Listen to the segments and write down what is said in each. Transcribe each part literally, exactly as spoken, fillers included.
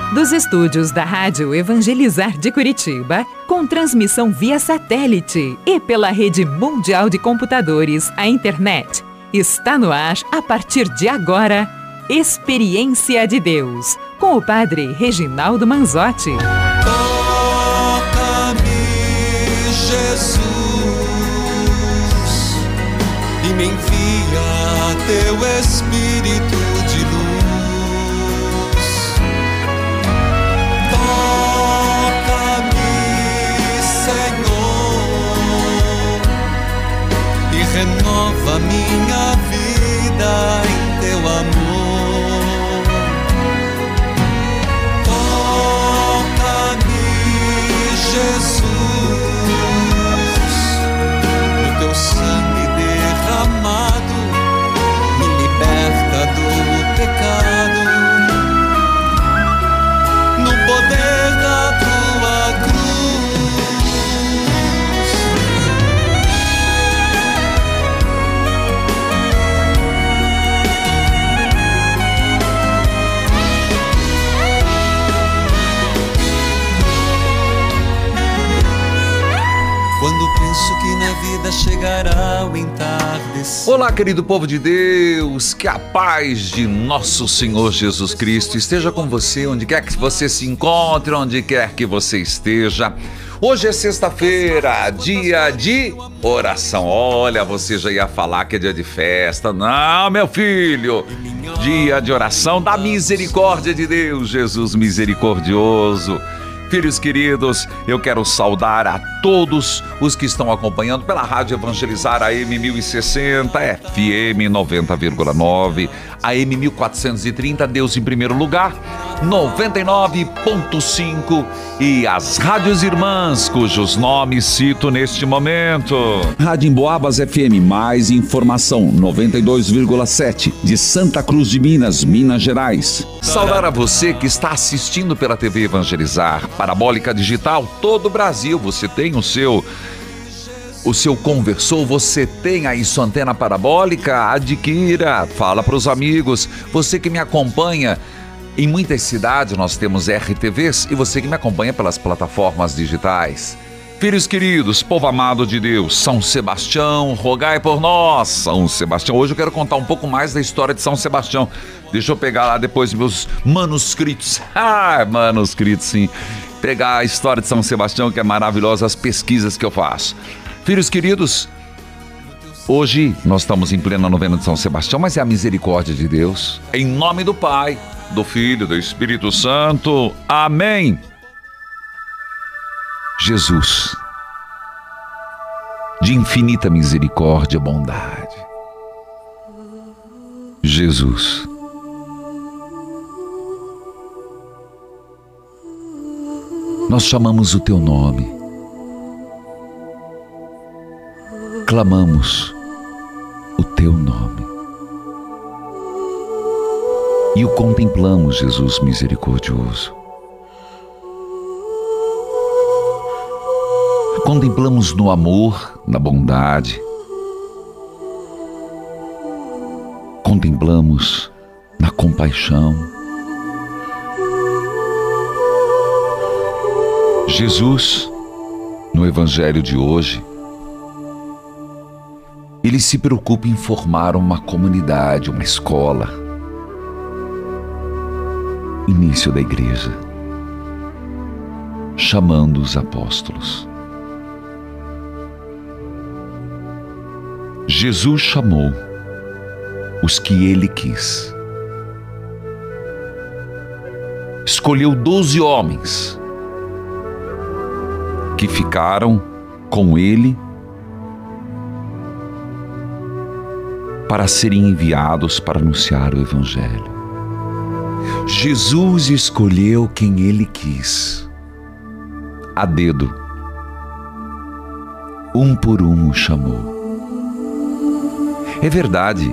Dos estúdios da Rádio Evangelizar de Curitiba, com transmissão via satélite e pela rede mundial de computadores, a internet, está no ar, a partir de agora, Experiência de Deus, com o Padre Reginaldo Manzotti. Toca-me, Jesus, e me envia teu Espírito de luz. Renova minha vida em teu amor. Toca-me, Jesus, o teu sangue derramado me liberta do pecado. No poder da tua cruz. Quando penso que na vida chegará o entardecer. Olá, querido povo de Deus, que a paz de nosso Senhor Jesus Cristo esteja com você, onde quer que você se encontre, onde quer que você esteja. Hoje é sexta-feira, dia de oração. Olha, você já ia falar que é dia de festa. Não, meu filho, dia de oração da misericórdia de Deus, Jesus misericordioso. Filhos queridos, eu quero saudar a todos os que estão acompanhando pela Rádio Evangelizar A M mil e sessenta, F M noventa vírgula nove, A M mil quatrocentos e trinta, Deus em primeiro lugar, noventa e nove ponto cinco e as rádios irmãs, cujos nomes cito neste momento. Rádio Emboabas F M, mais informação, noventa e dois vírgula sete, de Santa Cruz de Minas, Minas Gerais. Saudar a você que está assistindo pela T V Evangelizar, Parabólica Digital, todo o Brasil. Você tem o seu, o seu conversor, você tem aí sua antena parabólica, adquira, fala para os amigos. Você que me acompanha em muitas cidades, nós temos R T Vs, e você que me acompanha pelas plataformas digitais. Filhos queridos, povo amado de Deus, São Sebastião, rogai por nós, São Sebastião. Hoje eu quero contar um pouco mais da história de São Sebastião. Deixa eu pegar lá depois meus manuscritos. Ah, manuscritos, sim. Pegar a história de São Sebastião, que é maravilhosa, as pesquisas que eu faço. Filhos queridos, hoje nós estamos em plena novena de São Sebastião, mas é a misericórdia de Deus. Em nome do Pai, do Filho, do Espírito Santo. Amém. Jesus, de infinita misericórdia e bondade. Jesus, nós chamamos o teu nome, clamamos o teu nome e o contemplamos, Jesus misericordioso. Contemplamos no amor, na bondade. Contemplamos na compaixão. Jesus, no Evangelho de hoje, ele se preocupa em formar uma comunidade, uma escola. Início da igreja, chamando os apóstolos. Jesus chamou os que ele quis. Escolheu doze homens que ficaram com ele para serem enviados para anunciar o Evangelho. Jesus escolheu quem ele quis, a dedo, um por um o chamou. É verdade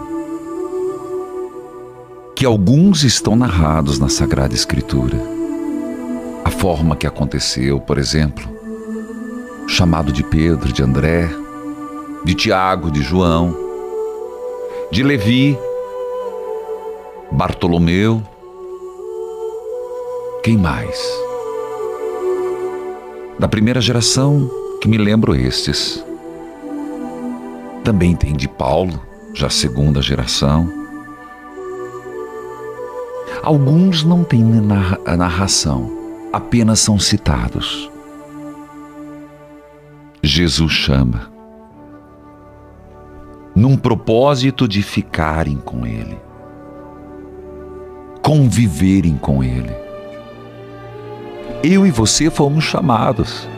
que alguns estão narrados na Sagrada Escritura. A forma que aconteceu, por exemplo, chamado de Pedro, de André, de Tiago, de João, de Levi, Bartolomeu, Quem mais? Da primeira geração, que me lembro estes. Também tem de Paulo, já segunda geração. Alguns não têm a narração, apenas são citados. Jesus chama, num propósito de ficarem com Ele, conviverem com Ele. Eu e você fomos chamados.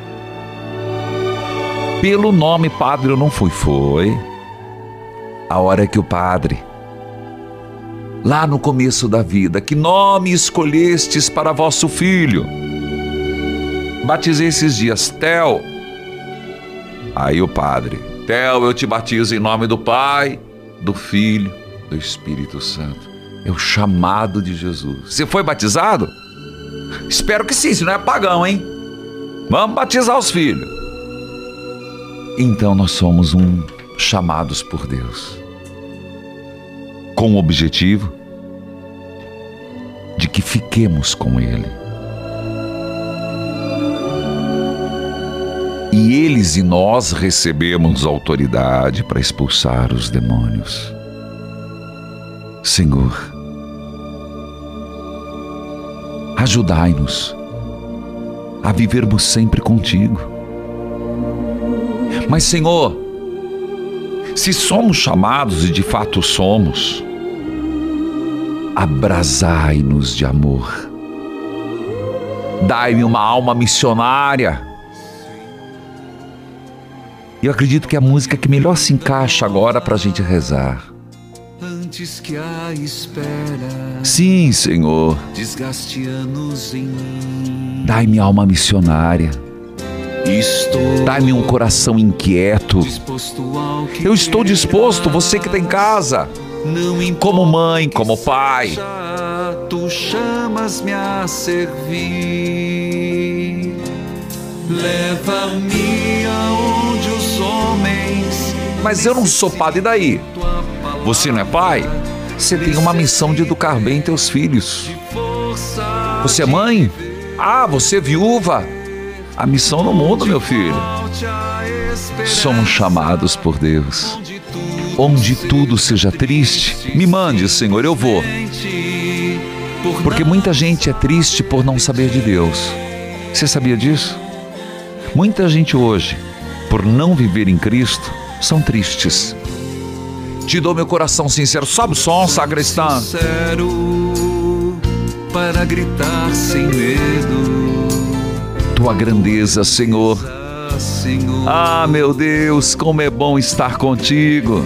Pelo nome padre eu não fui, foi a hora que o padre, lá no começo da vida, que nome escolhestes para vosso filho? Batizei esses dias, Theo. Aí o padre, Theo, eu te batizo em nome do Pai, do Filho, do Espírito Santo. É o chamado de Jesus. Você foi batizado? Espero que sim, senão é pagão, hein? Vamos batizar os filhos. Então nós somos um chamados por Deus, com o objetivo de que fiquemos com Ele. E eles e nós recebemos autoridade para expulsar os demônios. Senhor, ajudai-nos a vivermos sempre contigo. Mas, Senhor, se somos chamados, e de fato somos, abrasai-nos de amor. Dai-me uma alma missionária. E eu acredito que é a música que melhor se encaixa agora para a gente rezar. Antes que a espera Sim, Senhor, desgaste anos em mim, dai-me alma missionária. estou Dai-me um coração inquieto. disposto ao que Eu estou disposto, você que está em casa, não importa como mãe, como pai. tu chamas-me a servir. Leva-me aonde os homens. Mas eu não sou padre, e daí? Você não é pai? Você tem uma missão de educar bem teus filhos. Você é mãe? Ah, você é viúva? A missão no mundo, meu filho. Somos chamados por Deus. Onde tudo seja triste, me mande, Senhor, eu vou. Porque muita gente é triste por não saber de Deus. Você sabia disso? Muita gente hoje, por não viver em Cristo, são tristes. Te dou meu coração sincero. Sobe o som, sacristão. Sincero, para gritar sem medo. Tua grandeza, Senhor. Senhor, Ah, meu Deus, como é bom estar contigo.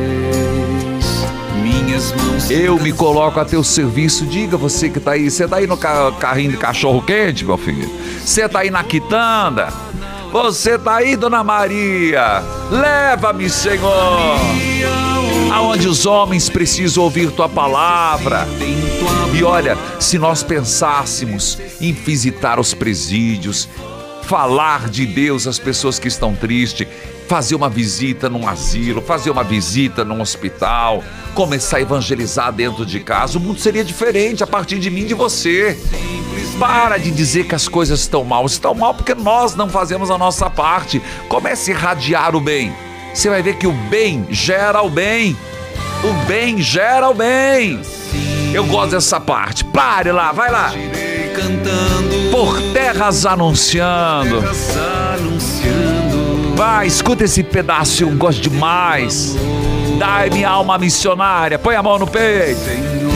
minhas mãos. Eu me coloco a teu serviço. Diga, você que está aí. Você está aí no ca- carrinho de cachorro quente, meu filho? Você está aí na quitanda? Você está aí, Dona Maria? Leva-me, Senhor, aonde os homens precisam ouvir tua palavra. E olha, se nós pensássemos em visitar os presídios, falar de Deus às pessoas que estão tristes, fazer uma visita num asilo, fazer uma visita num hospital, começar a evangelizar dentro de casa, o mundo seria diferente a partir de mim e de você. Para de dizer que as coisas estão mal. Estão mal porque nós não fazemos a nossa parte. Comece a irradiar o bem. Você vai ver que o bem gera o bem. O bem gera o bem. Eu gosto dessa parte. Pare lá, vai lá. Irei cantando, Por terras anunciando. terras anunciando. Vai, escuta esse pedaço, eu gosto demais. Dai minha alma missionária. Põe a mão no peito. Senhor,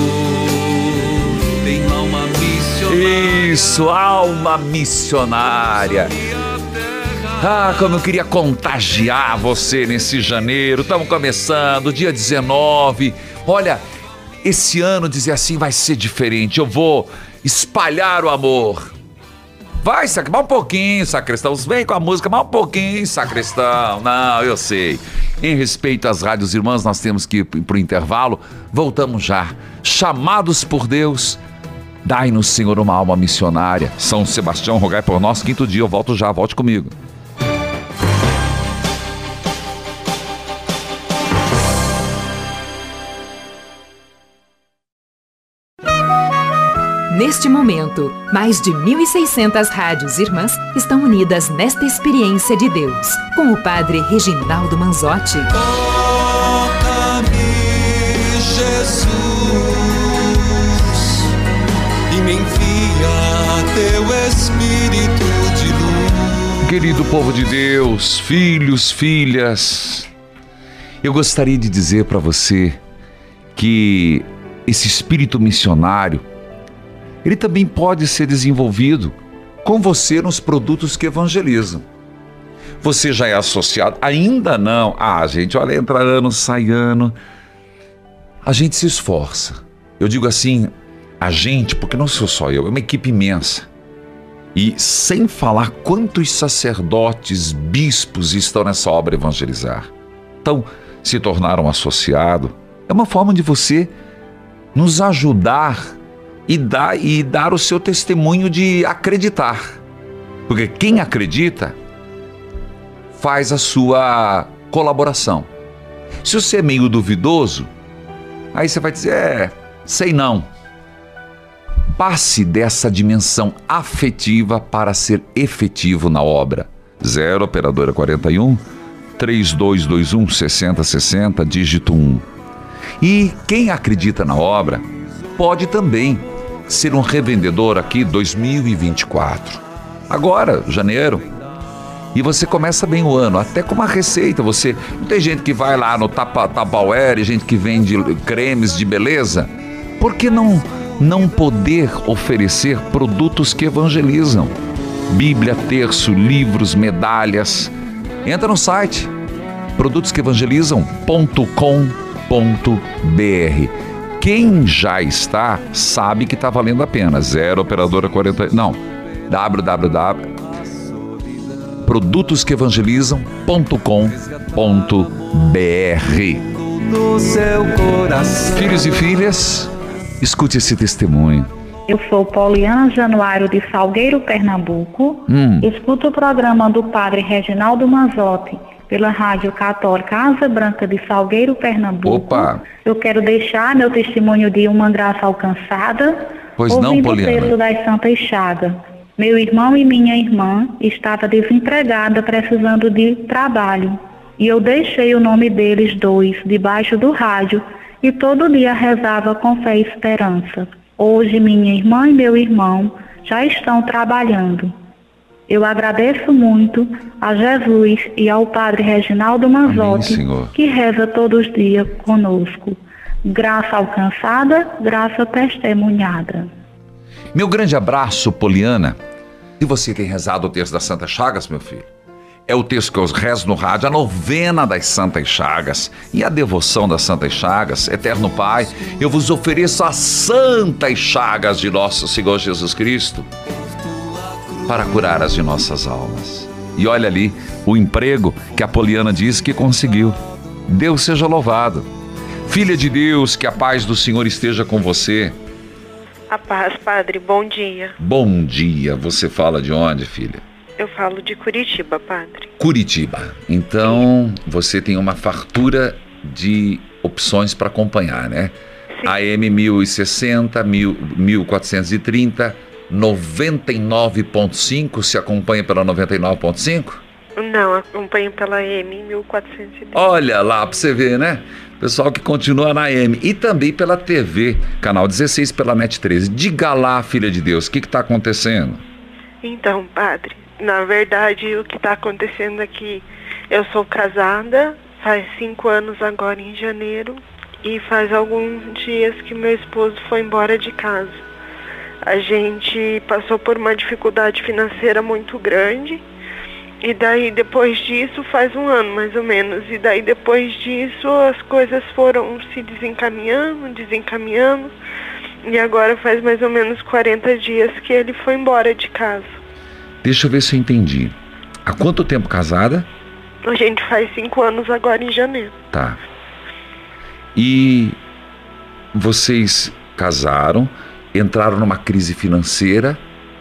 tem alma missionária. Isso, alma missionária. Ah, como eu queria contagiar você nesse janeiro. Estamos começando, dia dezenove. Olha, esse ano, dizer assim, vai ser diferente. Eu vou espalhar o amor. Vai, sacristão, mais um pouquinho, sacristão. Vem com a música, mais um pouquinho, sacristão. Não, eu sei. Em respeito às rádios irmãs, nós temos que ir para o intervalo. Voltamos já. Chamados por Deus, dai-nos, Senhor, uma alma missionária. São Sebastião, rogai por nós. Quinto dia, eu volto já, volte comigo. Neste momento, mais de mil e seiscentas rádios irmãs estão unidas nesta experiência de Deus, com o Padre Reginaldo Manzotti. Toca-me, Jesus, e me envia teu Espírito de luz. Querido povo de Deus, filhos, filhas, eu gostaria de dizer para você que esse espírito missionário, ele também pode ser desenvolvido com você nos produtos que evangelizam. Você já é associado? Ainda não. Ah, gente, olha, entra ano, sai ano. A gente se esforça. Eu digo assim, a gente, porque não sou só eu, é uma equipe imensa. E sem falar quantos sacerdotes, bispos estão nessa obra evangelizar. Então, se tornaram associado. É uma forma de você nos ajudar e dar, e dar o seu testemunho de acreditar. Porque quem acredita faz a sua colaboração. Se você é meio duvidoso, aí você vai dizer, é, sei não. Passe dessa dimensão afetiva para ser efetivo na obra. Zero, operadora quarenta e um, três dois dois um, seis zero seis zero, dígito um. E quem acredita na obra pode também ser um revendedor aqui dois mil e vinte e quatro. Agora, janeiro. E você começa bem o ano, até com uma receita. Você não tem gente que vai lá no Tupperware, gente que vende cremes de beleza. Por que não, não poder oferecer produtos que evangelizam? Bíblia, terço, livros, medalhas. Entra no site produtos que evangelizam ponto com ponto b r. Quem já está sabe que está valendo a pena. Zero operadora quarenta. Não. www produtos que evangelizam ponto com ponto b r. Filhos e filhas, escute esse testemunho. Eu sou Poliana Januário de Salgueiro, Pernambuco. Hum. Escuto o programa do Padre Reginaldo Manzotti pela Rádio Católica Asa Branca de Salgueiro, Pernambuco. Opa! Eu quero deixar meu testemunho de uma graça alcançada. Pois não, Poliana. O texto das Santas Chagas. Meu irmão e minha irmã estavam desempregados, precisando de trabalho. E eu deixei o nome deles dois debaixo do rádio e todo dia rezava com fé e esperança. Hoje minha irmã e meu irmão já estão trabalhando. Eu agradeço muito a Jesus e ao Padre Reginaldo Manzotti, Amém, que reza todos os dias conosco. Graça alcançada, graça testemunhada. Meu grande abraço, Poliana. E você tem rezado o texto das Santas Chagas, meu filho? É o texto que eu rezo no rádio, a novena das Santas Chagas e a devoção das Santas Chagas. Eterno Pai, eu vos ofereço as Santas Chagas de nosso Senhor Jesus Cristo para curar as de nossas almas. E olha ali o emprego que a Poliana disse que conseguiu. Deus seja louvado. Filha de Deus, que a paz do Senhor esteja com você. A paz, Padre. Bom dia. Bom dia. Você fala de onde, filha? Eu falo de Curitiba, Padre. Curitiba. Então, Sim. você tem uma fartura de opções para acompanhar, né? Sim. A M mil e sessenta, mil quatrocentos e trinta, noventa e nove ponto cinco. Se acompanha pela noventa e nove ponto cinco? Não, acompanho pela M mil quatrocentos e trinta. Olha lá para você ver, né? Pessoal que continua na M. E também pela T V, canal dezesseis, pela Net treze. Diga lá, filha de Deus, o que está acontecendo? Então, Padre, na verdade, o que está acontecendo aqui, eu sou casada, faz cinco anos agora em janeiro, e faz alguns dias que meu esposo foi embora de casa. A gente passou por uma dificuldade financeira muito grande, e daí depois disso, faz um ano mais ou menos, e daí depois disso as coisas foram se desencaminhando, desencaminhando, e agora faz mais ou menos quarenta dias que ele foi embora de casa. Deixa eu ver se eu entendi. Há quanto tempo casada? A gente faz cinco anos agora em janeiro. Tá. E vocês casaram, entraram numa crise financeira?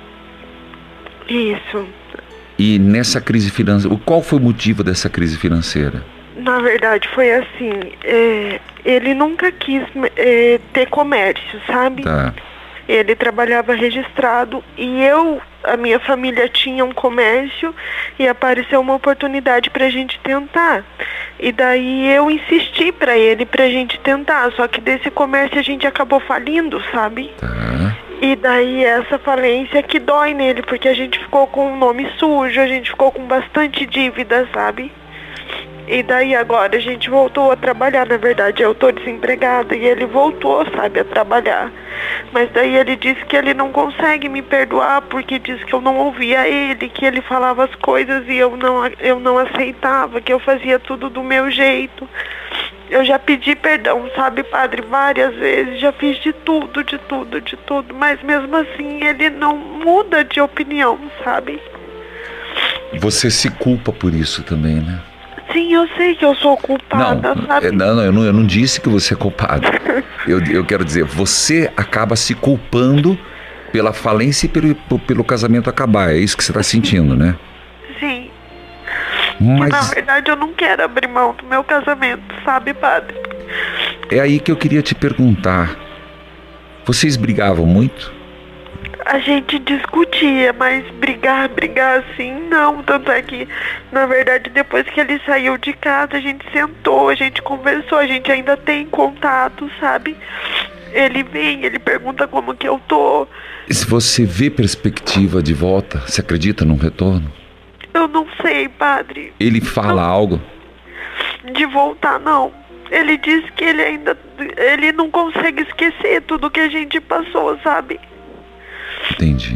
Isso. E nessa crise financeira, qual foi o motivo dessa crise financeira? Na verdade foi assim, é, ele nunca quis é, ter comércio, sabe? Tá. Ele trabalhava registrado e eu, a minha família tinha um comércio e apareceu uma oportunidade pra gente tentar. E daí eu insisti pra ele pra gente tentar, só que desse comércio a gente acabou falindo, sabe? Tá. E daí essa falência que dói nele, porque a gente ficou com o nome sujo, a gente ficou com bastante dívida, sabe? E daí agora a gente voltou a trabalhar, na verdade eu tô desempregada e ele voltou, sabe, a trabalhar. Mas daí ele disse que ele não consegue me perdoar porque diz que eu não ouvia ele, que ele falava as coisas e eu não, eu não aceitava, que eu fazia tudo do meu jeito. Eu já pedi perdão, sabe, padre, várias vezes, já fiz de tudo, de tudo, de tudo, mas mesmo assim ele não muda de opinião, sabe? Você se culpa por isso também, né? Sim, eu sei que eu sou culpada, não, sabe? Não, não, eu não, eu não disse que você é culpada. eu, eu quero dizer, você acaba se culpando pela falência e pelo, pelo casamento acabar. É isso que você está sentindo, né? Sim. Mas... Na verdade, eu não quero abrir mão do meu casamento, sabe, padre? É aí que eu queria te perguntar. Vocês brigavam muito? A gente discutia, mas brigar, brigar assim, não. Tanto é que, na verdade, depois que ele saiu de casa, a gente sentou, a gente conversou, a gente ainda tem contato, sabe? Ele vem, ele pergunta como que eu tô. E se você vê perspectiva de volta, você acredita num retorno? Eu não sei, padre. Ele fala não, algo? De voltar, não. Ele diz que ele ainda, ele não consegue esquecer tudo que a gente passou, sabe? Entendi.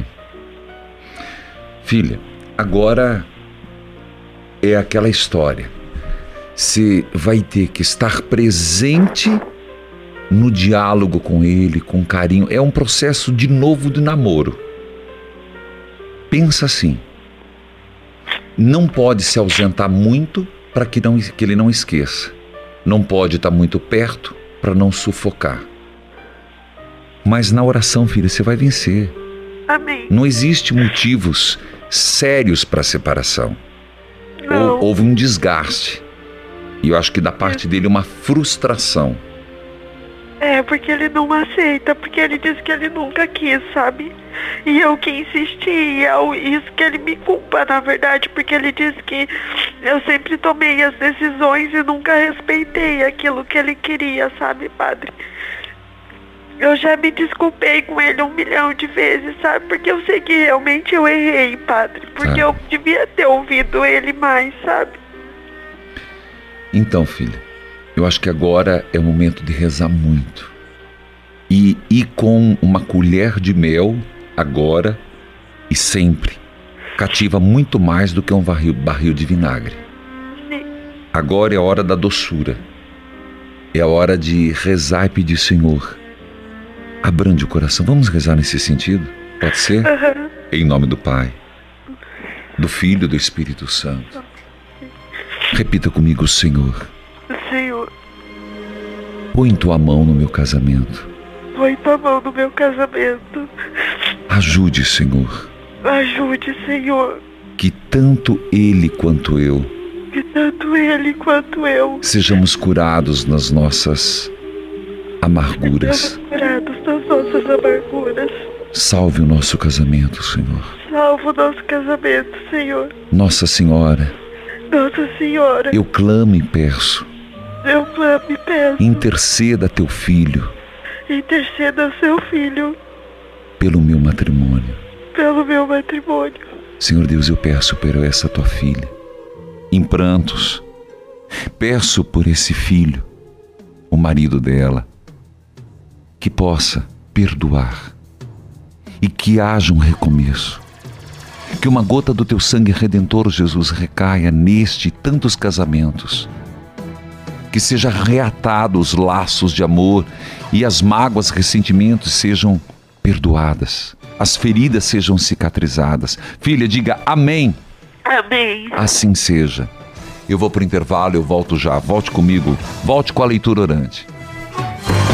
Filha, agora é aquela história. Você vai ter que estar presente no diálogo com ele, com carinho. É um processo de novo de namoro. Pensa assim. Não pode se ausentar muito para que, não, que ele não esqueça. Não pode estar muito perto para não sufocar. Mas na oração, filha, você vai vencer. Amém. Não existe motivos sérios para a separação. Não. Houve um desgaste. E eu acho que da parte dele uma frustração. É, porque ele não aceita, porque ele diz que ele nunca quis, sabe? E eu que insisti, e é isso que ele me culpa, na verdade, porque ele diz que eu sempre tomei as decisões e nunca respeitei aquilo que ele queria, sabe, padre? Eu já me desculpei com ele um milhão de vezes, sabe? Porque eu sei que realmente eu errei, padre. Porque Ah. eu devia ter ouvido ele mais, sabe? Então, filha, eu acho que agora é o momento de rezar muito. E ir com uma colher de mel, agora e sempre, cativa muito mais do que um barril, barril de vinagre. Sim. Agora é a hora da doçura. É a hora de rezar e pedir, Senhor, abrande o coração. Vamos rezar nesse sentido? Pode ser? Uhum. Em nome do Pai, do Filho e do Espírito Santo. Repita comigo, Senhor. Senhor, Põe tua mão no meu casamento. põe tua mão no meu casamento. Ajude, Senhor, Ajude, Senhor, que tanto Ele quanto eu que tanto ele quanto eu sejamos curados nas nossas amarguras. sejamos curados das nossas amarguras. Salve o nosso casamento, Senhor. Salva o nosso casamento, Senhor. Nossa Senhora, Nossa Senhora, eu clamo e peço, eu clamo e peço, interceda a teu filho interceda seu filho pelo meu matrimônio. pelo meu matrimônio. Senhor Deus, eu peço por essa tua filha, em prantos. Peço por esse filho, o marido dela, que possa perdoar e que haja um recomeço. Que uma gota do teu sangue redentor, Jesus, recaia neste e tantos casamentos. Que seja reatado os laços de amor e as mágoas, ressentimentos sejam perdoadas. As feridas sejam cicatrizadas. Filha, diga amém. Amém. Assim seja. Eu vou para o intervalo, eu volto já. Volte comigo. Volte com a leitura orante.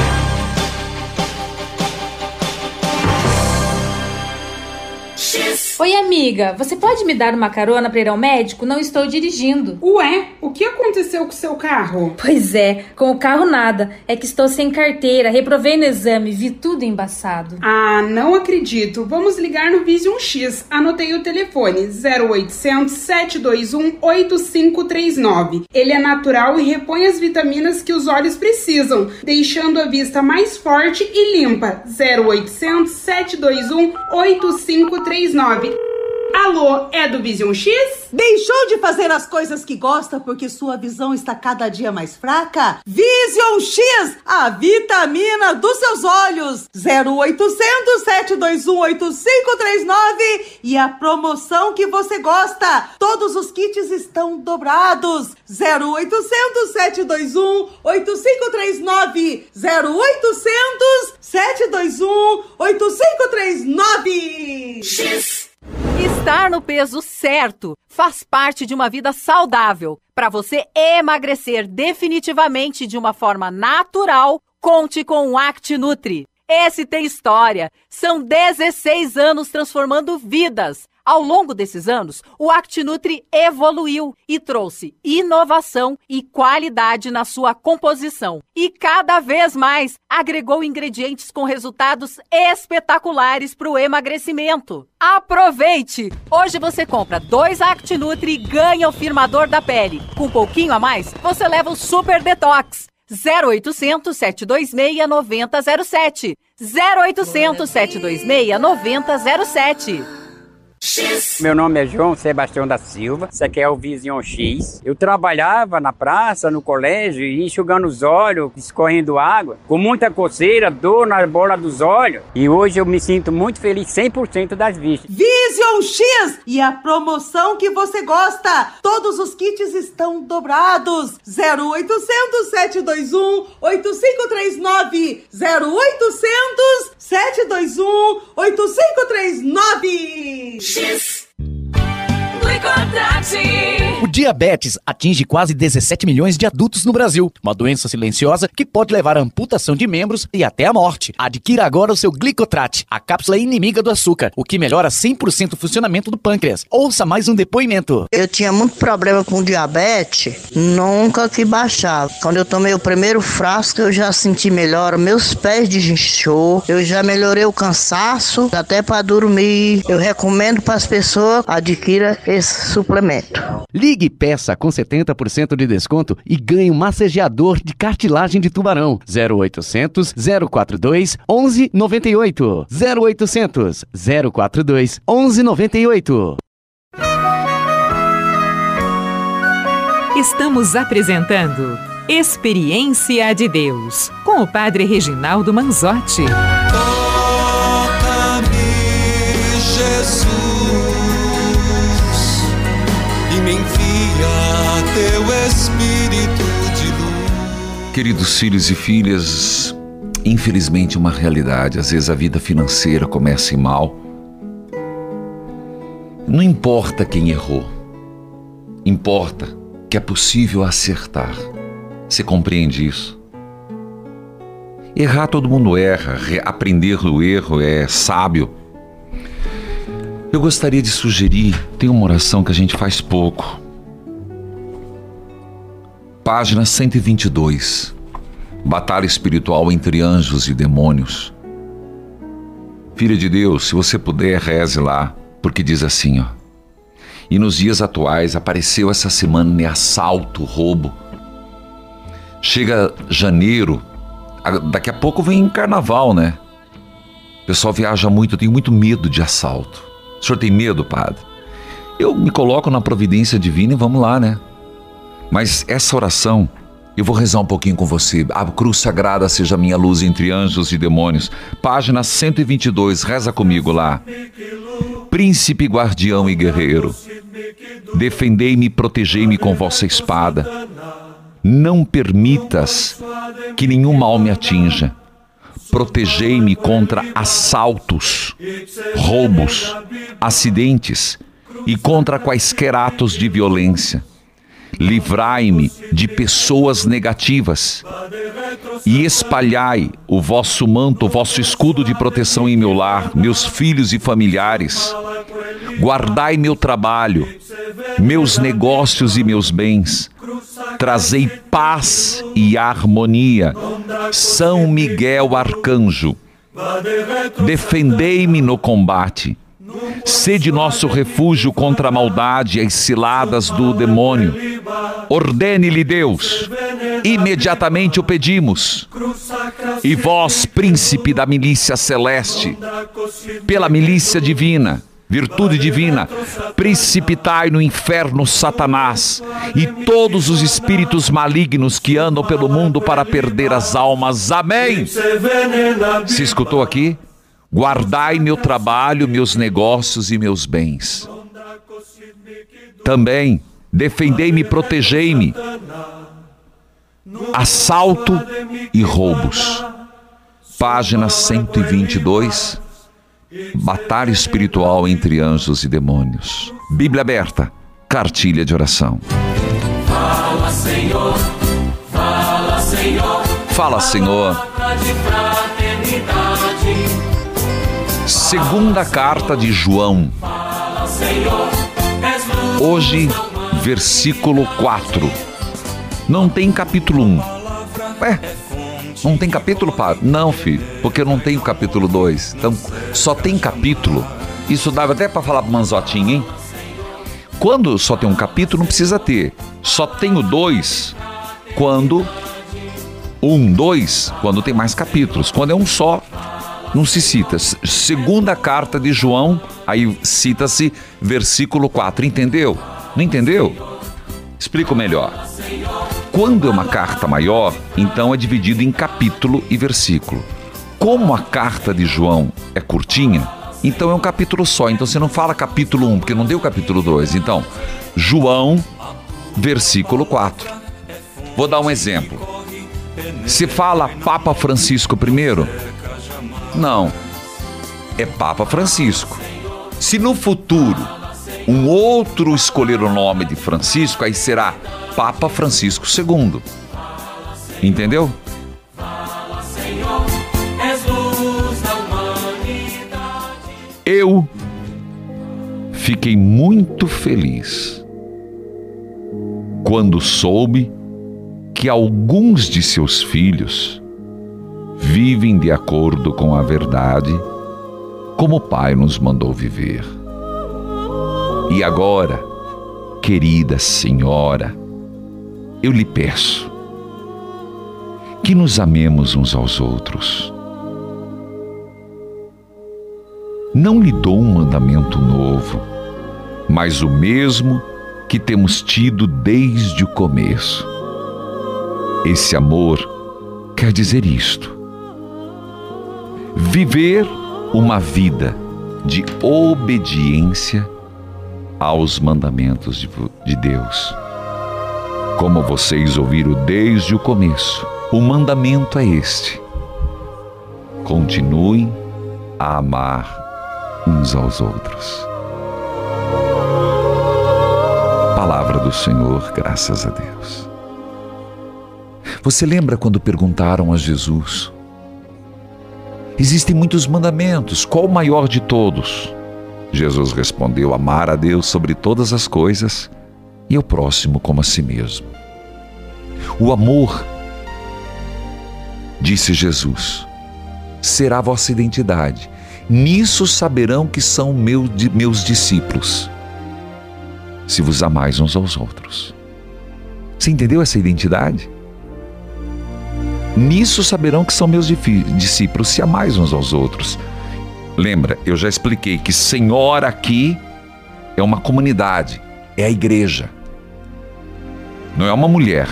X Oi, amiga, você pode me dar uma carona pra ir ao médico? Não estou dirigindo. Ué, o que aconteceu com o seu carro? Pois é, com o carro nada. É que estou sem carteira, reprovei no exame, vi tudo embaçado. Ah, não acredito. Vamos ligar no Vision X. Anotei o telefone, zero oitocentos, sete dois um, oito cinco três nove. Ele é natural e repõe as vitaminas que os olhos precisam, deixando a vista mais forte e limpa. zero oitocentos, sete dois um, oito cinco três nove. Alô, é do Vision X? Deixou de fazer as coisas que gosta porque sua visão está cada dia mais fraca? Vision X, a vitamina dos seus olhos. zero oitocentos, sete dois um, oito cinco três nove e a promoção que você gosta. Todos os kits estão dobrados. zero oitocentos, sete dois um, oito cinco três nove. zero oitocentos, sete dois um, oito cinco três nove. X. Estar no peso certo faz parte de uma vida saudável. Para você emagrecer definitivamente de uma forma natural, conte com o ActiNutri. Esse tem história. São dezesseis anos transformando vidas. Ao longo desses anos, o ActiNutri evoluiu e trouxe inovação e qualidade na sua composição. E cada vez mais agregou ingredientes com resultados espetaculares para o emagrecimento. Aproveite! Hoje você compra dois ActiNutri e ganha o firmador da pele. Com um pouquinho a mais, você leva o Super Detox. zero oitocentos, sete dois seis, nove zero zero sete. zero oitocentos, sete dois seis, nove zero zero sete. X. Meu nome é João Sebastião da Silva, isso aqui é o Vision X. Eu trabalhava na praça, no colégio, enxugando os olhos, escorrendo água, com muita coceira, dor na bola dos olhos. E hoje eu me sinto muito feliz, cem por cento das vistas. Vision X e a promoção que você gosta. Todos os kits estão dobrados. zero oitocentos, sete dois um, oito cinco três nove. zero oitocentos, sete dois um, oito cinco três nove. X. O diabetes atinge quase dezessete milhões de adultos no Brasil. Uma doença silenciosa que pode levar à amputação de membros e até à morte. Adquira agora o seu Glicotrat, a cápsula inimiga do açúcar, o que melhora cem por cento o funcionamento do pâncreas. Ouça mais um depoimento. Eu tinha muito problema com diabetes, nunca que baixava. Quando eu tomei o primeiro frasco, eu já senti melhor. Meus pés desinchou, eu já melhorei o cansaço, até para dormir. Eu recomendo para as pessoas adquira esse suplemento. Ligue e peça com setenta por cento de desconto e ganhe um massageador de cartilagem de tubarão. zero oitocentos, zero quatro dois, onze noventa e oito. zero oitocentos, zero quatro dois, onze noventa e oito. Estamos apresentando Experiência de Deus com o Padre Reginaldo Manzotti. Toca-me, Jesus, e me envia teu Espírito de luz. Queridos filhos e filhas, infelizmente uma realidade. Às vezes a vida financeira começa em mal. Não importa quem errou, importa que é possível acertar. Você compreende isso? Errar todo mundo erra, aprender do erro é sábio. Eu gostaria de sugerir, tem uma oração que a gente faz pouco. Página cento e vinte e dois. Batalha espiritual entre anjos e demônios. Filha de Deus, se você puder, reze lá, porque diz assim, ó. E nos dias atuais apareceu essa semana assalto, roubo. Chega janeiro, daqui a pouco vem carnaval, né? O pessoal viaja muito, eu tenho muito medo de assalto. O senhor tem medo, padre? Eu me coloco na providência divina e vamos lá, né? Mas essa oração, eu vou rezar um pouquinho com você. A cruz sagrada seja minha luz entre anjos e demônios. Página cento e vinte e dois, reza comigo lá. Príncipe, guardião e guerreiro, defendei-me e protegei-me com vossa espada. Não permitas que nenhum mal me atinja. Protegei-me contra assaltos, roubos, acidentes e contra quaisquer atos de violência. livrai-me de pessoas negativas e espalhai o vosso manto, o vosso escudo de proteção em meu lar, meus filhos e familiares. Guardai meu trabalho, meus negócios e meus bens. Trazei paz e harmonia. São Miguel Arcanjo, defendei-me no combate. Sede nosso refúgio contra a maldade e as ciladas do demônio. Ordene-lhe Deus, imediatamente o pedimos. E vós, príncipe da milícia celeste, pela milícia divina, virtude divina, precipitai no inferno Satanás e todos os espíritos malignos que andam pelo mundo para perder as almas. Amém. Se escutou aqui? Guardai meu trabalho, meus negócios e meus bens. Também defendei-me e protegei-me. Assalto e roubos. Página cento e vinte e dois. Batalha espiritual entre anjos e demônios. Bíblia aberta. Cartilha de oração. Fala, Senhor. Fala, Senhor. Fala, Senhor. Segunda carta de João. Hoje, versículo quatro. Não tem capítulo um. Ué, não tem capítulo, padre? Não, filho, porque eu não tenho capítulo dois. Então, só tem capítulo. Isso dava até para falar pro Manzotinho, hein? Quando só tem um capítulo, não precisa ter. Só tem o dois quando... Um, dois, quando tem mais capítulos. Quando é um só, não se cita. Segunda carta de João, aí cita-se versículo quatro. Entendeu? Não entendeu? Explico melhor. Quando é uma carta maior, então é dividido em capítulo e versículo. Como a carta de João é curtinha, então é um capítulo só. Então você não fala capítulo um, porque não deu capítulo dois. Então, João, versículo quatro. Vou dar um exemplo. Se fala Papa Francisco primeiro? Não, é Papa Francisco. Se no futuro um outro escolher o nome de Francisco, aí será Papa Francisco segundo. Entendeu? Eu fiquei muito feliz quando soube que alguns de seus filhos vivem de acordo com a verdade, como o Pai nos mandou viver. E agora, querida Senhora, eu lhe peço que nos amemos uns aos outros. Não lhe dou um mandamento novo, mas o mesmo que temos tido desde o começo. Esse amor quer dizer isto: viver uma vida de obediência aos mandamentos de, de Deus. Como vocês ouviram desde o começo, o mandamento é este: continuem a amar uns aos outros. Palavra do Senhor, graças a Deus. Você lembra quando perguntaram a Jesus: existem muitos mandamentos, qual o maior de todos? Jesus respondeu: amar a Deus sobre todas as coisas e ao próximo como a si mesmo. O amor, disse Jesus, será a vossa identidade. Nisso saberão que são meu, meus discípulos, se vos amais uns aos outros. Você entendeu essa identidade? Nisso saberão que são meus discípulos, se amais uns aos outros. Lembra, eu já expliquei que Senhora aqui é uma comunidade, é a igreja. Não é uma mulher.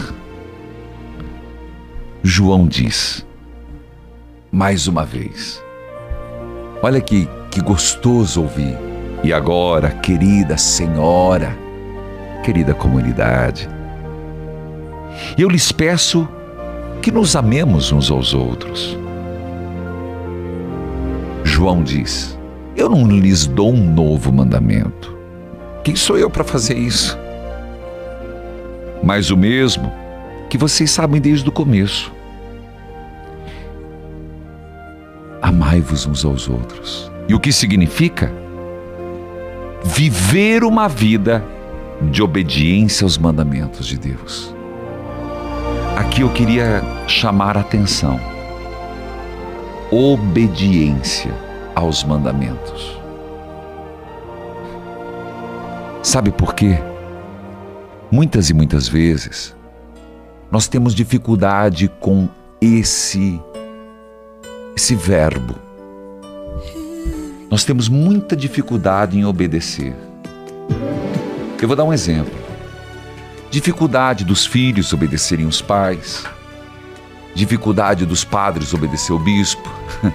João diz, mais uma vez, olha que, que gostoso ouvir. E agora, querida Senhora, querida comunidade, eu lhes peço que nos amemos uns aos outros. João diz, eu não lhes dou um novo mandamento. Quem sou eu para fazer isso? mas o mesmo que vocês sabem desde o começo. Amai-vos uns aos outros. E o que significa? Viver uma vida de obediência aos mandamentos de Deus. Aqui eu queria chamar a atenção. Obediência aos mandamentos. Sabe por quê? Muitas e muitas vezes nós temos dificuldade com esse esse verbo. Nós temos muita dificuldade em obedecer. Eu vou dar um exemplo. Dificuldade dos filhos obedecerem os pais. Dificuldade dos padres obedecer o bispo.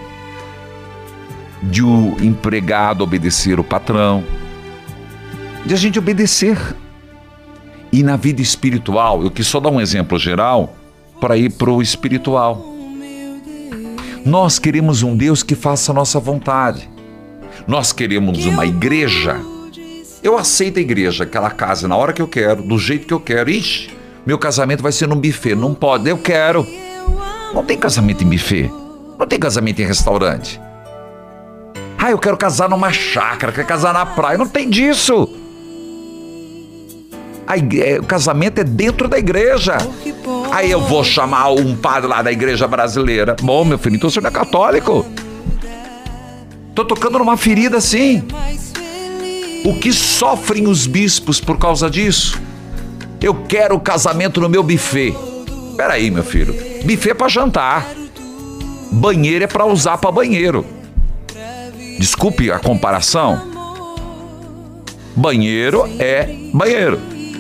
De o empregado obedecer o patrão. De a gente obedecer. E na vida espiritual, eu quis só dar um exemplo geral para ir para o espiritual. Nós queremos um Deus que faça a nossa vontade. Nós queremos uma igreja. Eu aceito a igreja, aquela casa na hora que eu quero, do jeito que eu quero. Ixi, meu casamento vai ser num buffet. Não pode, eu quero. Não tem casamento em buffet. Não tem casamento em restaurante. Ah, eu quero casar numa chácara, quero casar na praia. Não tem disso. A igre... O casamento é dentro da igreja. Aí eu vou chamar um padre lá da igreja brasileira. Bom, meu filho, então você não é católico. Tô tocando numa ferida assim. O que sofrem os bispos por causa disso? Eu quero o casamento no meu buffet. Peraí, meu filho. Buffet é pra jantar. Banheiro é pra usar pra banheiro. Desculpe a comparação. Banheiro é banheiro.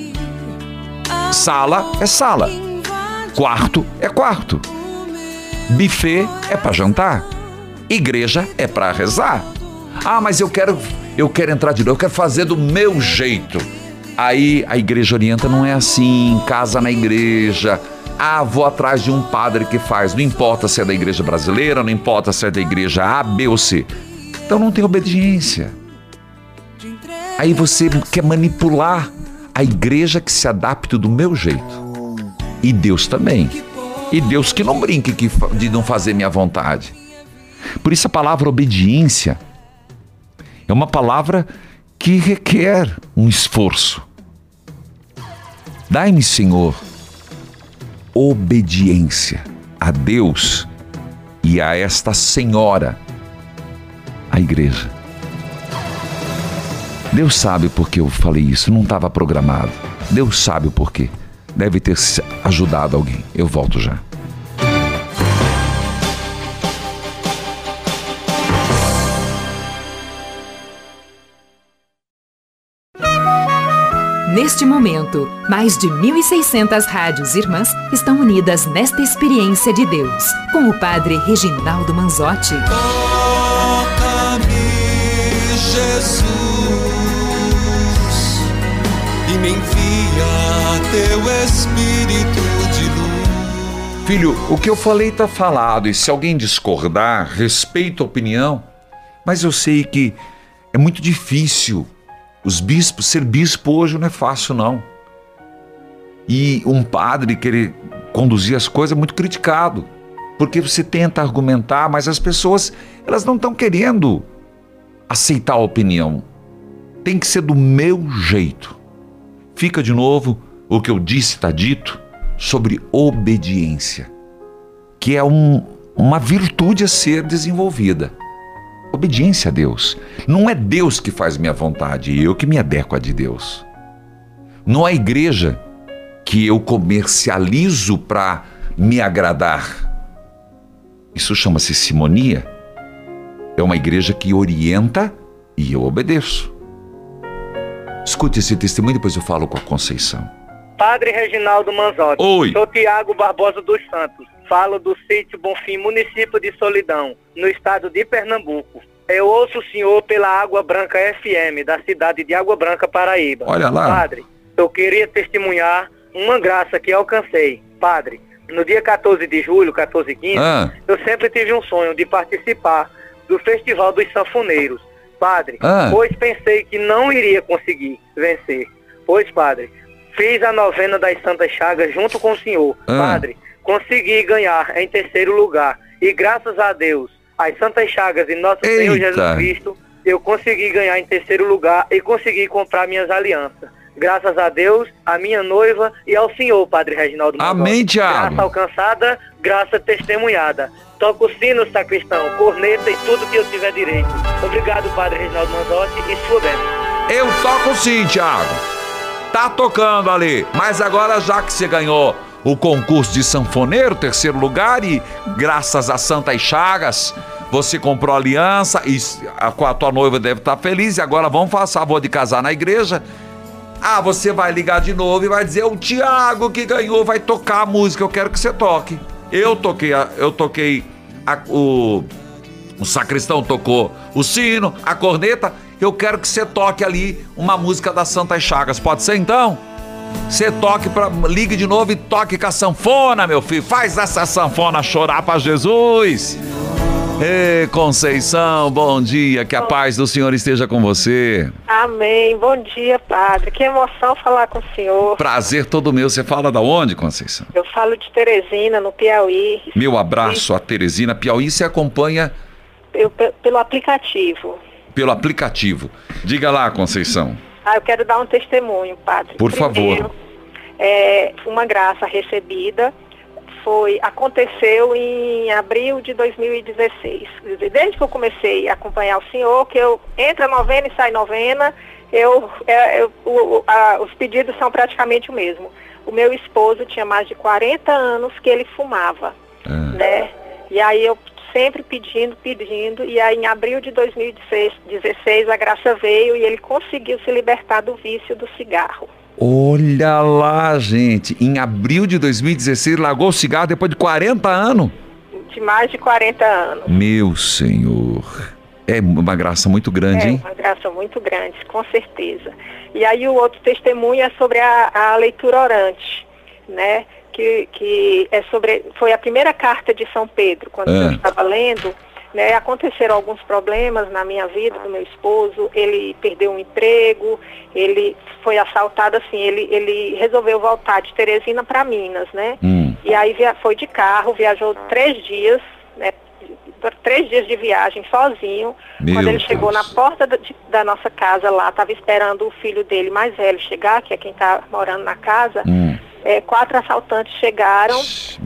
Sala é sala. Quarto é quarto. Buffet é para jantar. Igreja é para rezar. Ah, mas eu quero, eu quero entrar de novo, eu quero fazer do meu jeito. Aí a igreja orienta, não é assim, casa na igreja. Ah, vou atrás de um padre que faz. Não importa se é da igreja brasileira, não importa se é da igreja A, B ou C. Então não tem obediência. Aí você quer manipular a igreja que se adapte do meu jeito. E Deus também. E Deus que não brinque de não fazer minha vontade. Por isso a palavra obediência é uma palavra que requer um esforço. Dai-me, Senhor, obediência a Deus e a esta senhora, a igreja. Deus sabe por que eu falei isso, não estava programado. Deus sabe o porquê. Deve ter ajudado alguém. Eu volto já. Neste momento, mais de mil e seiscentas rádios irmãs estão unidas nesta experiência de Deus, com o Padre Reginaldo Manzotti. Toca-me, Jesus, e me envia teu Espírito de luz. Filho, o que eu falei está falado, e se alguém discordar, respeito a opinião, mas eu sei que é muito difícil. Os bispos, ser bispo hoje não é fácil, não. E um padre querer conduzir as coisas é muito criticado, porque você tenta argumentar, mas as pessoas, elas não estão querendo aceitar a opinião. Tem que ser do meu jeito. Fica de novo o que eu disse, está dito, sobre obediência, que é um, uma virtude a ser desenvolvida. Obediência a Deus. Não é Deus que faz minha vontade, eu que me adequo a de Deus. Não é a igreja que eu comercializo para me agradar. Isso chama-se simonia. É uma igreja que orienta e eu obedeço. Escute esse testemunho, depois eu falo com a Conceição. Padre Reginaldo Manzotti. Oi. Sou Tiago Barbosa dos Santos. Falo do sítio Bonfim, município de Solidão, no estado de Pernambuco. Eu ouço o senhor pela Água Branca F M, da cidade de Água Branca, Paraíba. Olha lá. Padre, eu queria testemunhar uma graça que alcancei. Padre, no dia quatorze de julho, quatorze e quinze, ah. eu sempre tive um sonho de participar do Festival dos Sanfoneiros. Padre, ah. pois pensei que não iria conseguir vencer. Pois, padre, Fiz a novena das Santas Chagas junto com o senhor. Ah. Padre, consegui ganhar em terceiro lugar. E graças a Deus, as Santas Chagas e nosso Eita. Senhor Jesus Cristo, eu consegui ganhar em terceiro lugar e consegui comprar minhas alianças. Graças a Deus, a minha noiva e ao senhor, Padre Reginaldo Manzotti. Amém, Thiago. Graça alcançada, graça testemunhada. Toca o sino, sacristão, corneta e tudo que eu tiver direito. Obrigado, Padre Reginaldo Manzotti, e sua bênção. Eu toco sim, Thiago. Tá tocando ali. Mas agora, já que você ganhou o concurso de sanfoneiro, terceiro lugar, e graças a Santas Chagas, você comprou aliança e a, com a tua noiva deve estar feliz. E agora vamos fazer favor de casar na igreja. Ah, você vai ligar de novo e vai dizer: o Thiago que ganhou vai tocar a música, eu quero que você toque. Eu toquei, a, eu toquei a, o, o sacristão tocou o sino, a corneta. Eu quero que você toque ali uma música das Santas Chagas. Pode ser então? Você toque pra, ligue de novo e toque com a sanfona, meu filho. Faz essa sanfona chorar pra Jesus. Ei, Conceição, bom dia, que a paz do Senhor esteja com você. Amém, bom dia, Padre, que emoção falar com o senhor. Prazer todo meu. Você fala da onde, Conceição? Eu falo de Teresina, no Piauí. Meu abraço a Teresina. Piauí se acompanha Eu, pelo aplicativo. pelo aplicativo. Diga lá, Conceição. Ah, eu quero dar um testemunho, Padre. Por Primeiro, favor. É, uma graça recebida. Foi, aconteceu em abril de dois mil e dezesseis. Desde que eu comecei a acompanhar o senhor, que eu entra novena e sai novena, eu, é, eu, o, a, os pedidos são praticamente o mesmo. O meu esposo tinha mais de quarenta anos que ele fumava, Ah. né? E aí eu sempre pedindo, pedindo, e aí em abril de dois mil e dezesseis a graça veio e ele conseguiu se libertar do vício do cigarro. Olha lá, gente. Em abril de dois mil e dezesseis, largou o cigarro depois de quarenta anos. De mais de quarenta anos. Meu Senhor. É uma graça muito grande, É hein? uma graça muito grande, com certeza. E aí o outro testemunho é sobre a, a leitura orante, né? Que, que é sobre, foi a primeira carta de São Pedro, quando É. eu estava lendo, né? Aconteceram alguns problemas na minha vida, do meu esposo, ele perdeu um emprego, ele foi assaltado, assim, ele, ele resolveu voltar de Teresina para Minas, né? Hum. E aí via, foi de carro, viajou três dias, né? Três dias de viagem sozinho. Meu Quando ele chegou Deus. na porta da, de- da nossa casa lá, estava esperando o filho dele mais velho chegar, que é quem está morando na casa. Hum. É, quatro assaltantes chegaram,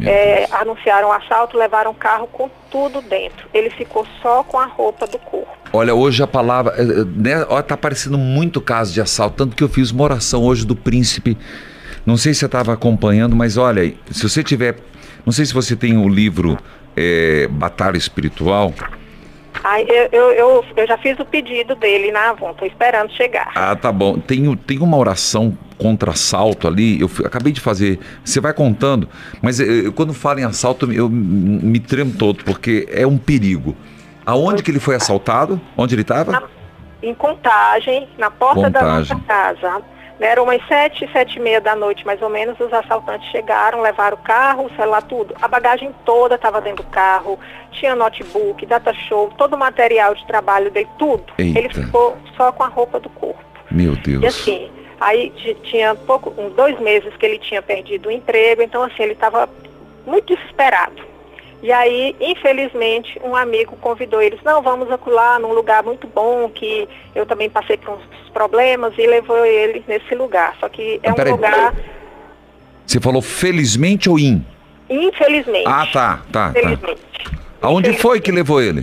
é, anunciaram o assalto, levaram o carro com tudo dentro. Ele ficou só com a roupa do corpo. Olha, hoje a palavra, eh, eh, né, ó, tá aparecendo muito caso de assalto, tanto que eu fiz uma oração hoje do príncipe. Não sei se você estava acompanhando, mas olha, aí, se você tiver, não sei se você tem o livro eh, Batalha Espiritual. Aí eu, eu, eu, eu já fiz o pedido dele na Avon, estou esperando chegar. Ah, tá bom. Tem, o- tem uma oração contra assalto ali, eu f- acabei de fazer, você vai contando, mas eh, quando falo em assalto eu m- me tremo todo, porque é um perigo. Aonde que ele foi assaltado? Onde ele estava? Em Contagem, na porta da Contagem. nossa casa. Né, eram umas sete, sete e meia da noite, mais ou menos, os assaltantes chegaram, levaram o carro, o celular, tudo. A bagagem toda estava dentro do carro, tinha notebook, data show, todo o material de trabalho dele, tudo. Eita. Ele ficou só com a roupa do corpo. Meu Deus. E assim, aí t- tinha pouco, uns dois meses que ele tinha perdido o emprego, então assim, ele estava muito desesperado. E aí, infelizmente, um amigo convidou eles, não, vamos acular num lugar muito bom, que eu também passei por uns problemas, e levou ele nesse lugar. Só que é Ah, um peraí. lugar, Você falou felizmente ou in? infelizmente. Ah, tá, tá, tá. Infelizmente. Aonde foi que levou ele?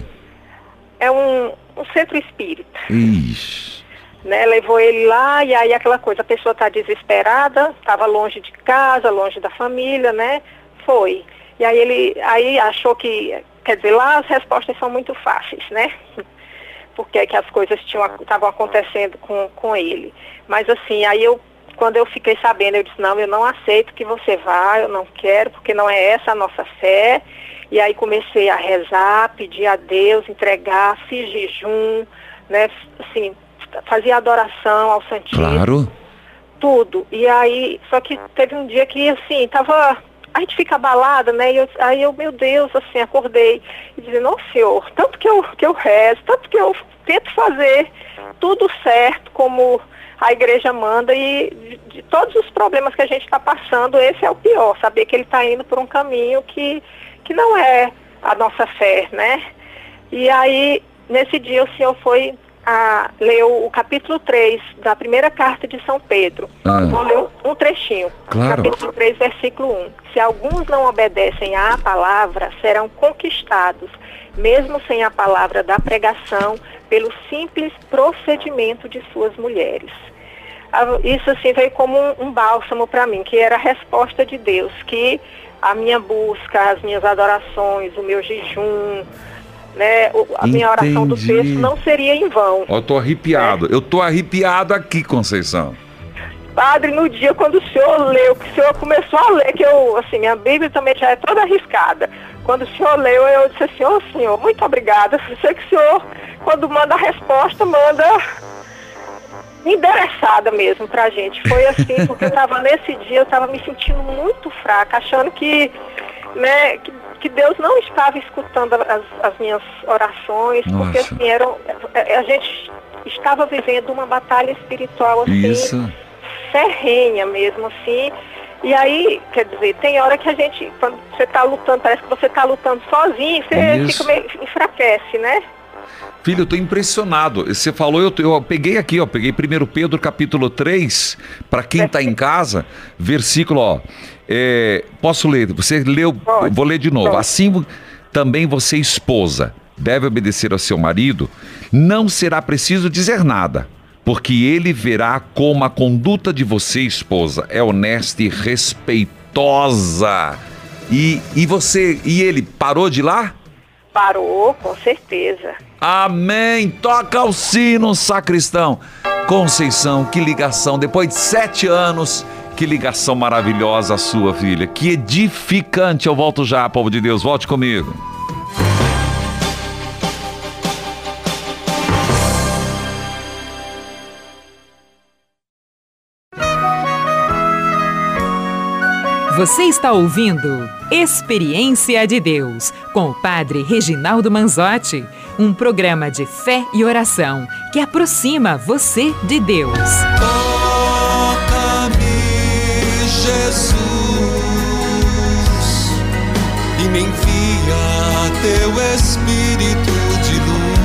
É um, um centro espírita. Ixi. Né, levou ele lá e aí aquela coisa, a pessoa está desesperada, estava longe de casa, longe da família, né? Foi. E aí ele aí achou que, quer dizer, lá as respostas são muito fáceis, né? Porque é que as coisas tinham estavam acontecendo com, com ele. Mas assim, aí eu, quando eu fiquei sabendo, eu disse, não, eu não aceito que você vá, eu não quero, porque não é essa a nossa fé. E aí comecei a rezar, pedir a Deus, entregar, fiz jejum, né? Assim, fazia adoração ao Santíssimo. Claro. Tudo. E aí, só que teve um dia que, assim, tava... A gente fica abalada, né? E eu, aí eu, meu Deus, assim, acordei e dizendo, ô Senhor, tanto que eu, que eu rezo, tanto que eu tento fazer tudo certo, como a igreja manda e de, de todos os problemas que a gente está passando, esse é o pior, saber que ele está indo por um caminho que, que não é a nossa fé, né? E aí, nesse dia, o senhor foi a, leu o capítulo três da primeira carta de São Pedro. Ah. Vou ler um, um trechinho. Claro. Capítulo três, versículo um. Se alguns não obedecem à palavra, serão conquistados, mesmo sem a palavra da pregação, pelo simples procedimento de suas mulheres. Isso assim veio como um, um bálsamo para mim, que era a resposta de Deus, que a minha busca, as minhas adorações, o meu jejum, né, a minha oração do texto não seria em vão. Eu tô arrepiado, né? Eu tô arrepiado aqui, Conceição. Padre, no dia quando o senhor leu, que o senhor começou a ler, que eu, assim, minha Bíblia também já é toda arriscada. Quando o senhor leu, eu disse assim, ô oh, senhor, muito obrigada. Eu sei que o senhor, quando manda a resposta, manda endereçada mesmo pra gente. Foi assim, porque eu tava nesse dia, eu tava me sentindo muito fraca, achando que, né, que, que Deus não estava escutando as, as minhas orações, Nossa. Porque assim, eram, a gente estava vivendo uma batalha espiritual assim, Isso. ferrenha mesmo, assim. E aí, quer dizer, tem hora que a gente, quando você está lutando, parece que você está lutando sozinho, você Isso. fica meio, enfraquece, né? Filho, eu tô impressionado. Você falou, eu, eu peguei aqui, ó, peguei primeiro Pedro capítulo três, para quem está em casa, versículo, ó, é, posso ler? Você leu, Pode. Vou ler de novo. Pode. Assim também você, esposa, deve obedecer ao seu marido, não será preciso dizer nada, porque ele verá como a conduta de você, esposa, é honesta e respeitosa. E, e você, e ele parou de lá? Parou, com certeza. Amém! Toca o sino, sacristão. Conceição, que ligação. Depois de sete anos, que ligação maravilhosa a sua, filha. Que edificante. Eu volto já, povo de Deus. Volte comigo. Você está ouvindo Experiência de Deus, com o Padre Reginaldo Manzotti, um programa de fé e oração que aproxima você de Deus. Toca-me, Jesus, e me envia teu Espírito de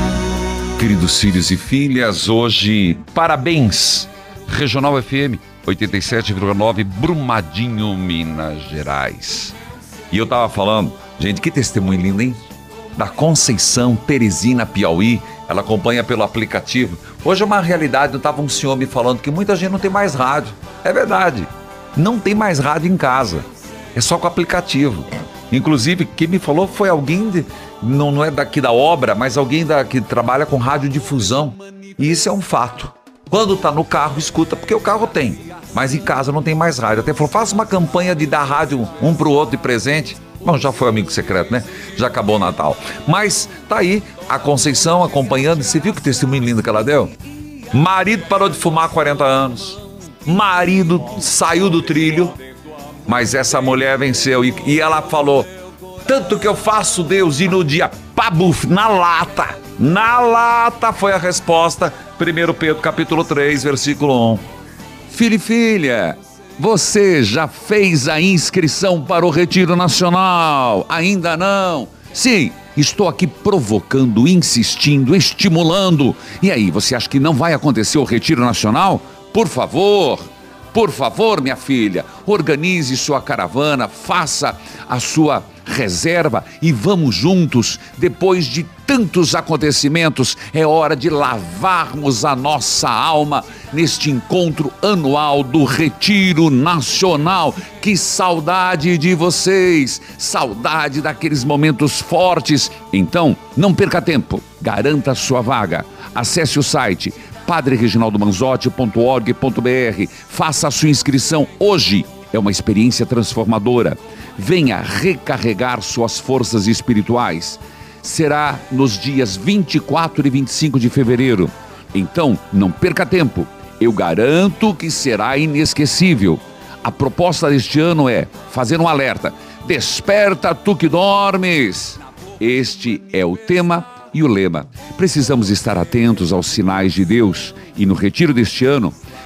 luz. Queridos filhos e filhas, hoje, parabéns, Regional F M oitenta e sete vírgula nove, Brumadinho, Minas Gerais. E eu tava falando, gente, que testemunho lindo, hein? Da Conceição, Teresina, Piauí. Ela acompanha pelo aplicativo. Hoje é uma realidade, eu tava um senhor me falando que muita gente não tem mais rádio. É verdade, não tem mais rádio em casa. É só com aplicativo. Inclusive, quem me falou foi alguém, de, não, não é daqui da obra, mas alguém da, que trabalha com radiodifusão. E isso é um fato. Quando tá no carro, escuta, porque o carro tem, mas em casa não tem mais rádio. Até falou, faça uma campanha de dar rádio um pro outro de presente. Bom, já foi amigo secreto, né? Já acabou o Natal. Mas tá aí a Conceição acompanhando. Você viu que testemunho lindo que ela deu? Marido parou de fumar há quarenta anos. Marido saiu do trilho, mas essa mulher venceu. E, e ela falou, tanto que eu faço, Deus, e no dia, pabuf, na lata. Na lata foi a resposta. primeiro Pedro capítulo três, versículo um. Filho e filha, você já fez a inscrição para o Retiro Nacional? Ainda não? Sim, estou aqui provocando, insistindo, estimulando. E aí, você acha que não vai acontecer o Retiro Nacional? Por favor, por favor, minha filha, organize sua caravana, faça a sua reserva e vamos juntos. Depois de tantos acontecimentos, é hora de lavarmos a nossa alma neste encontro anual do Retiro Nacional. Que saudade de vocês, saudade daqueles momentos fortes. Então, não perca tempo, garanta sua vaga. Acesse o site padre reginaldo manzotti ponto org ponto br, faça a sua inscrição hoje. É uma experiência transformadora. Venha recarregar suas forças espirituais. Será nos dias vinte e quatro e vinte e cinco de fevereiro. Então, não perca tempo. Eu garanto que será inesquecível. A proposta deste ano é fazer um alerta. Desperta, tu que dormes. Este é o tema e o lema. Precisamos estar atentos aos sinais de Deus. E no retiro deste ano,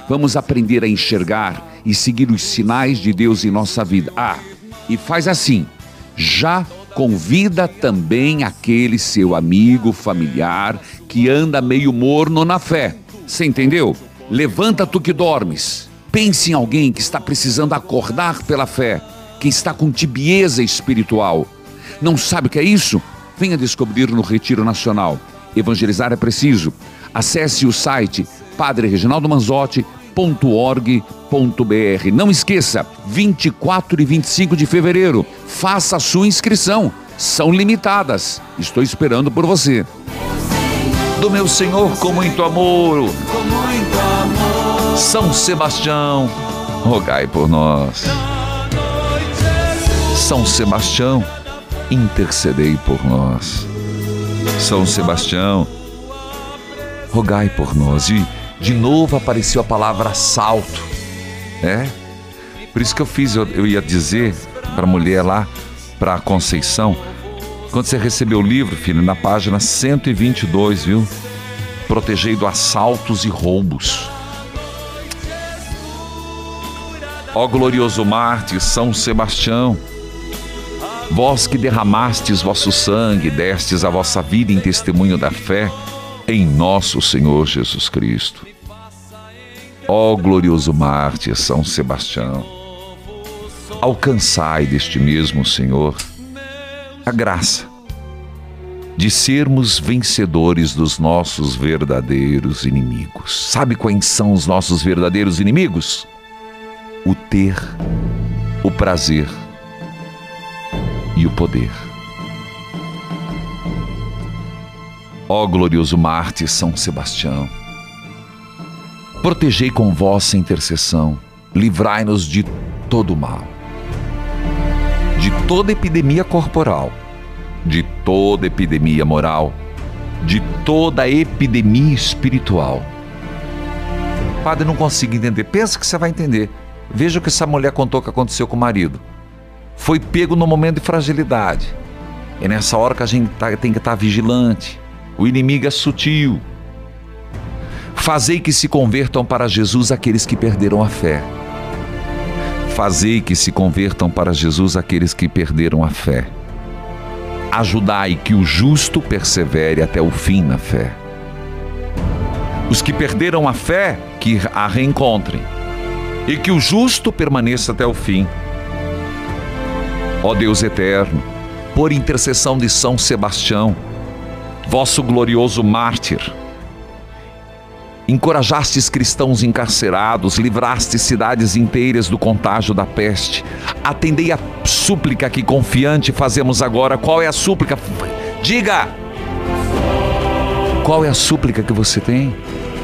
Vamos aprender a enxergar e seguir os sinais de Deus em nossa vida. Ah, e faz assim, já convida também aquele seu amigo, familiar, que anda meio morno na fé. Você entendeu? Levanta tu que dormes. Pense em alguém que está precisando acordar pela fé, que está com tibieza espiritual. Não sabe o que é isso? Venha descobrir no Retiro Nacional. Evangelizar é preciso. Acesse o site padre reginaldo manzotti ponto org ponto br. Não esqueça, vinte e quatro e vinte e cinco de fevereiro, faça a sua inscrição. São limitadas. Estou esperando por você. Do meu Senhor com muito amor, São Sebastião, rogai por nós. São Sebastião, intercedei por nós. São Sebastião, rogai por nós. E de novo apareceu a palavra assalto, é? Por isso que eu fiz, eu, eu ia dizer para a mulher lá, para a Conceição, quando você recebeu o livro, filho, na página cento e vinte e dois, viu? Protegei do assaltos e roubos. Ó glorioso mártir São Sebastião, vós que derramastes vosso sangue, destes a vossa vida em testemunho da fé em nosso Senhor Jesus Cristo. Ó glorioso mártir São Sebastião, alcançai deste mesmo Senhor a graça de sermos vencedores dos nossos verdadeiros inimigos. Sabe quais são os nossos verdadeiros inimigos? O ter, o prazer e o poder. Ó glorioso mártir São Sebastião, protegei com vossa intercessão, livrai-nos de todo o mal, de toda epidemia corporal, de toda epidemia moral, de toda epidemia espiritual. Padre, não consigo entender. Pensa que você vai entender. Veja o que essa mulher contou que aconteceu com o marido. Foi pego no momento de fragilidade. É nessa hora que a gente tá, tem que estar vigilante. O inimigo é sutil. Fazei que se convertam para Jesus aqueles que perderam a fé. Fazei que se convertam para Jesus aqueles que perderam a fé. Ajudai que o justo persevere até o fim na fé. Os que perderam a fé, que a reencontrem. E que o justo permaneça até o fim. Ó Deus eterno, por intercessão de São Sebastião, vosso glorioso mártir, encorajastes cristãos encarcerados, livrastes cidades inteiras do contágio da peste. Atendei a súplica que confiante fazemos agora. Qual é a súplica? Diga! Qual é a súplica que você tem?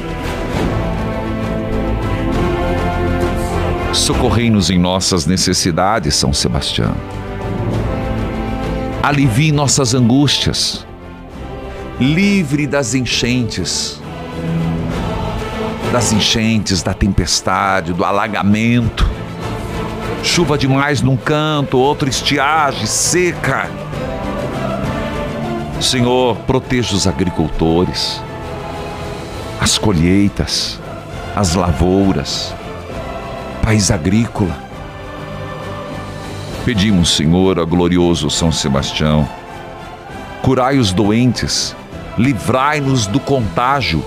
Socorrei-nos em nossas necessidades, São Sebastião. Alivie nossas angústias. Livre das enchentes. Das enchentes, da tempestade, do alagamento. Chuva demais num canto, outra estiagem, seca. Senhor, proteja os agricultores, as colheitas, as lavouras, país agrícola. Pedimos, Senhor, a glorioso São Sebastião, curai os doentes, livrai-nos do contágio.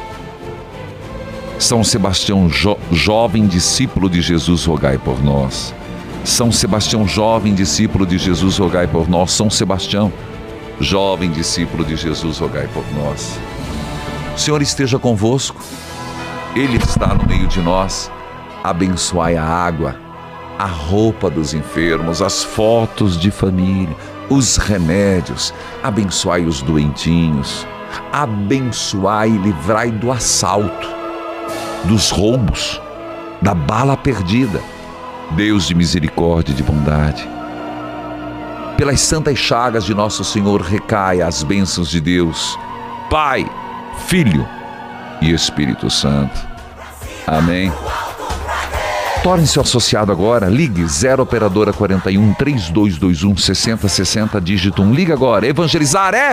São Sebastião, jo- jovem discípulo de Jesus, rogai por nós. São Sebastião, jovem discípulo de Jesus, rogai por nós. São Sebastião, jovem discípulo de Jesus, rogai por nós. O Senhor esteja convosco, Ele está no meio de nós. Abençoai a água, a roupa dos enfermos, as fotos de família, os remédios. Abençoai os doentinhos. Abençoai e livrai do assalto, dos roubos, da bala perdida. Deus de misericórdia e de bondade, pelas santas chagas de nosso Senhor, recaia as bênçãos de Deus, Pai, Filho e Espírito Santo. Amém. Torne-se associado agora, ligue zero operadora quarenta e um, três dois dois um, seis zero seis zero, dígito um. Liga agora, evangelizar é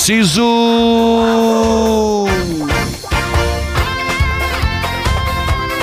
preciso!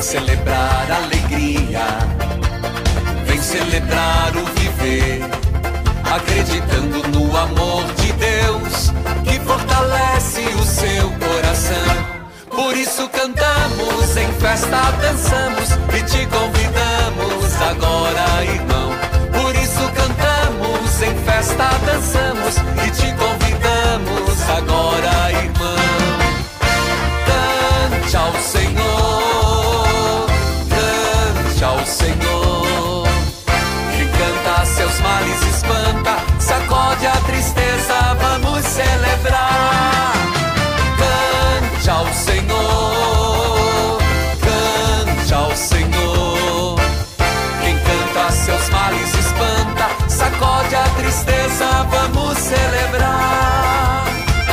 Vem celebrar a alegria, vem celebrar o viver, acreditando no amor de Deus que fortalece o seu coração. Por isso cantamos, em festa dançamos e te convidamos agora, irmão. Por isso cantamos, em festa dançamos e te convidamos agora, irmão. Cante ao Senhor, cante ao Senhor. Quem canta seus males espanta, sacode a tristeza, vamos celebrar. Cante ao Senhor, cante ao Senhor. Quem canta seus males espanta, sacode a tristeza, vamos celebrar.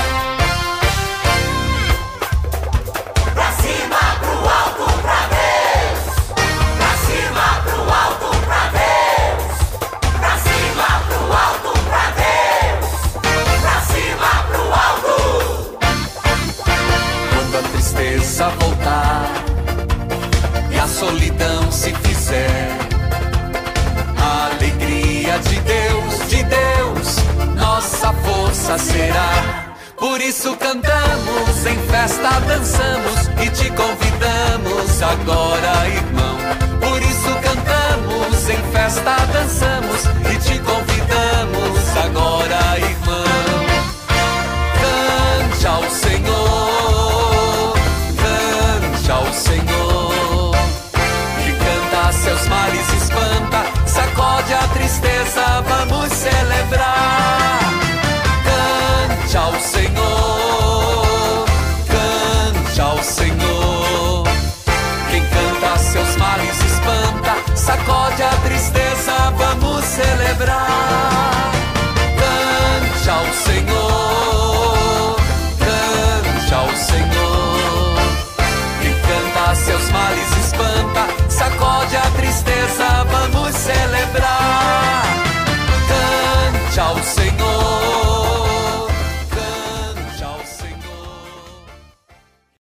Pra cima, pro alto, pra Deus. Pra cima, pro alto, pra Deus. Pra cima, pro alto, pra Deus. Pra cima, pro alto. Quando a tristeza voltar e a solidão se fizer, a alegria de Deus, de Deus, nossa força será. Por isso cantamos, em festa dançamos e te convidamos agora, irmão. Por isso cantamos, em festa dançamos e te convidamos agora, irmão. Cante ao Senhor, cante ao Senhor. Que canta seus males espanta, sacode a tristeza, vamos celebrar. Cante ao Senhor, cante ao Senhor. Quem canta seus males espanta, sacode a tristeza, vamos celebrar.